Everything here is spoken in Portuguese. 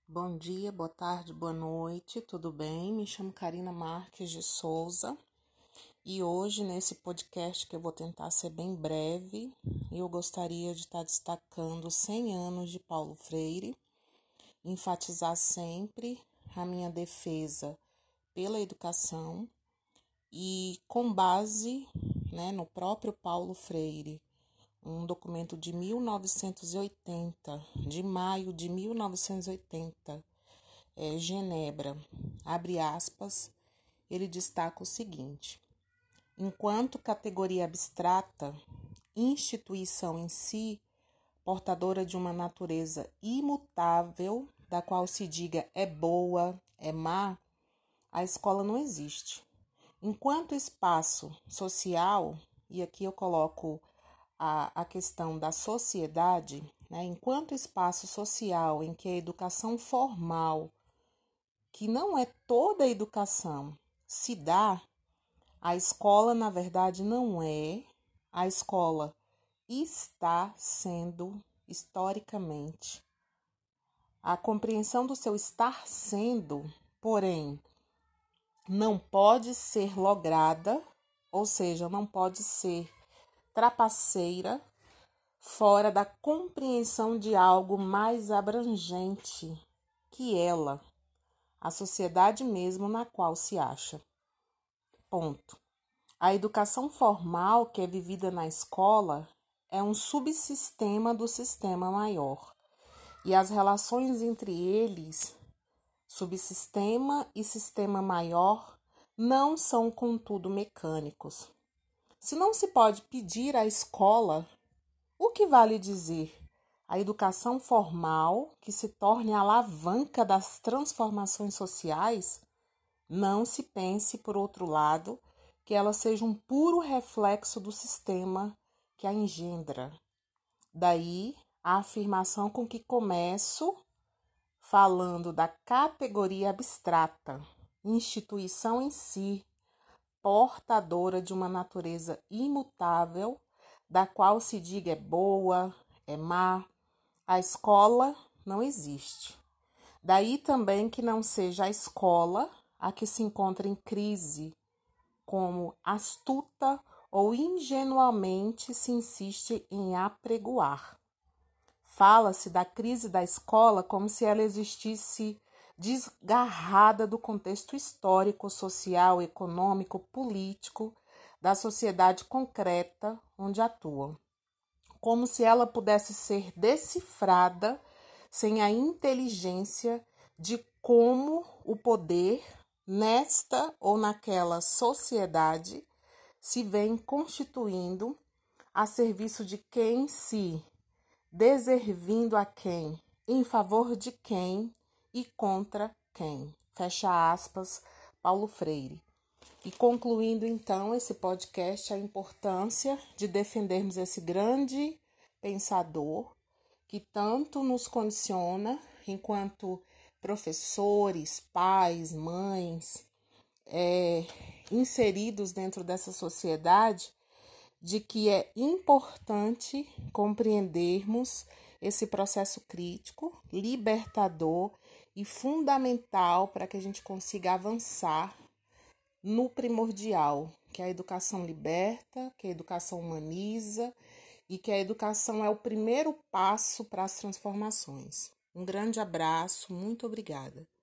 Bom dia, boa tarde, boa noite, tudo bem? Me chamo Karina Marques de Souza e hoje, nesse podcast que eu vou tentar ser bem breve, eu gostaria de estar destacando 100 anos de Paulo Freire, enfatizar sempre a minha defesa pela educação e com base, no próprio Paulo Freire, um documento de 1980, de maio de 1980, Genebra, abre aspas, ele destaca o seguinte: enquanto categoria abstrata, instituição em si, portadora de uma natureza imutável, da qual se diga é boa, é má, a escola não existe. Enquanto espaço social, e aqui eu coloco a questão da sociedade, enquanto espaço social em que a educação formal, que não é toda a educação, se dá, a escola, na verdade, não é. A escola está sendo, historicamente, a compreensão do seu estar sendo, porém, não pode ser lograda, ou seja, não pode ser trapaceira, fora da compreensão de algo mais abrangente que ela, a sociedade mesmo na qual se acha. Ponto. A educação formal que é vivida na escola é um subsistema do sistema maior, e as relações entre eles, subsistema e sistema maior, não são, contudo, mecânicos. Se não se pode pedir à escola, o que vale dizer a educação formal que se torne a alavanca das transformações sociais? Não se pense, por outro lado, que ela seja um puro reflexo do sistema que a engendra. Daí a afirmação com que começo, falando da categoria abstrata, instituição em si, portadora de uma natureza imutável, da qual se diga é boa, é má, a escola não existe. Daí também que não seja a escola a que se encontra em crise, como astuta ou ingenuamente se insiste em apregoar. Fala-se da crise da escola como se ela existisse desgarrada do contexto histórico, social, econômico, político da sociedade concreta onde atua, como se ela pudesse ser decifrada sem a inteligência de como o poder, nesta ou naquela sociedade, se vem constituindo a serviço de quem se, deservindo a quem, em favor de quem e contra quem. Fecha aspas, Paulo Freire. E concluindo então esse podcast, a importância de defendermos esse grande pensador que tanto nos condiciona enquanto professores, pais, mães, inseridos dentro dessa sociedade, de que é importante compreendermos esse processo crítico, libertador e fundamental para que a gente consiga avançar no primordial, que a educação liberta, que a educação humaniza e que a educação é o primeiro passo para as transformações. Um grande abraço, muito obrigada.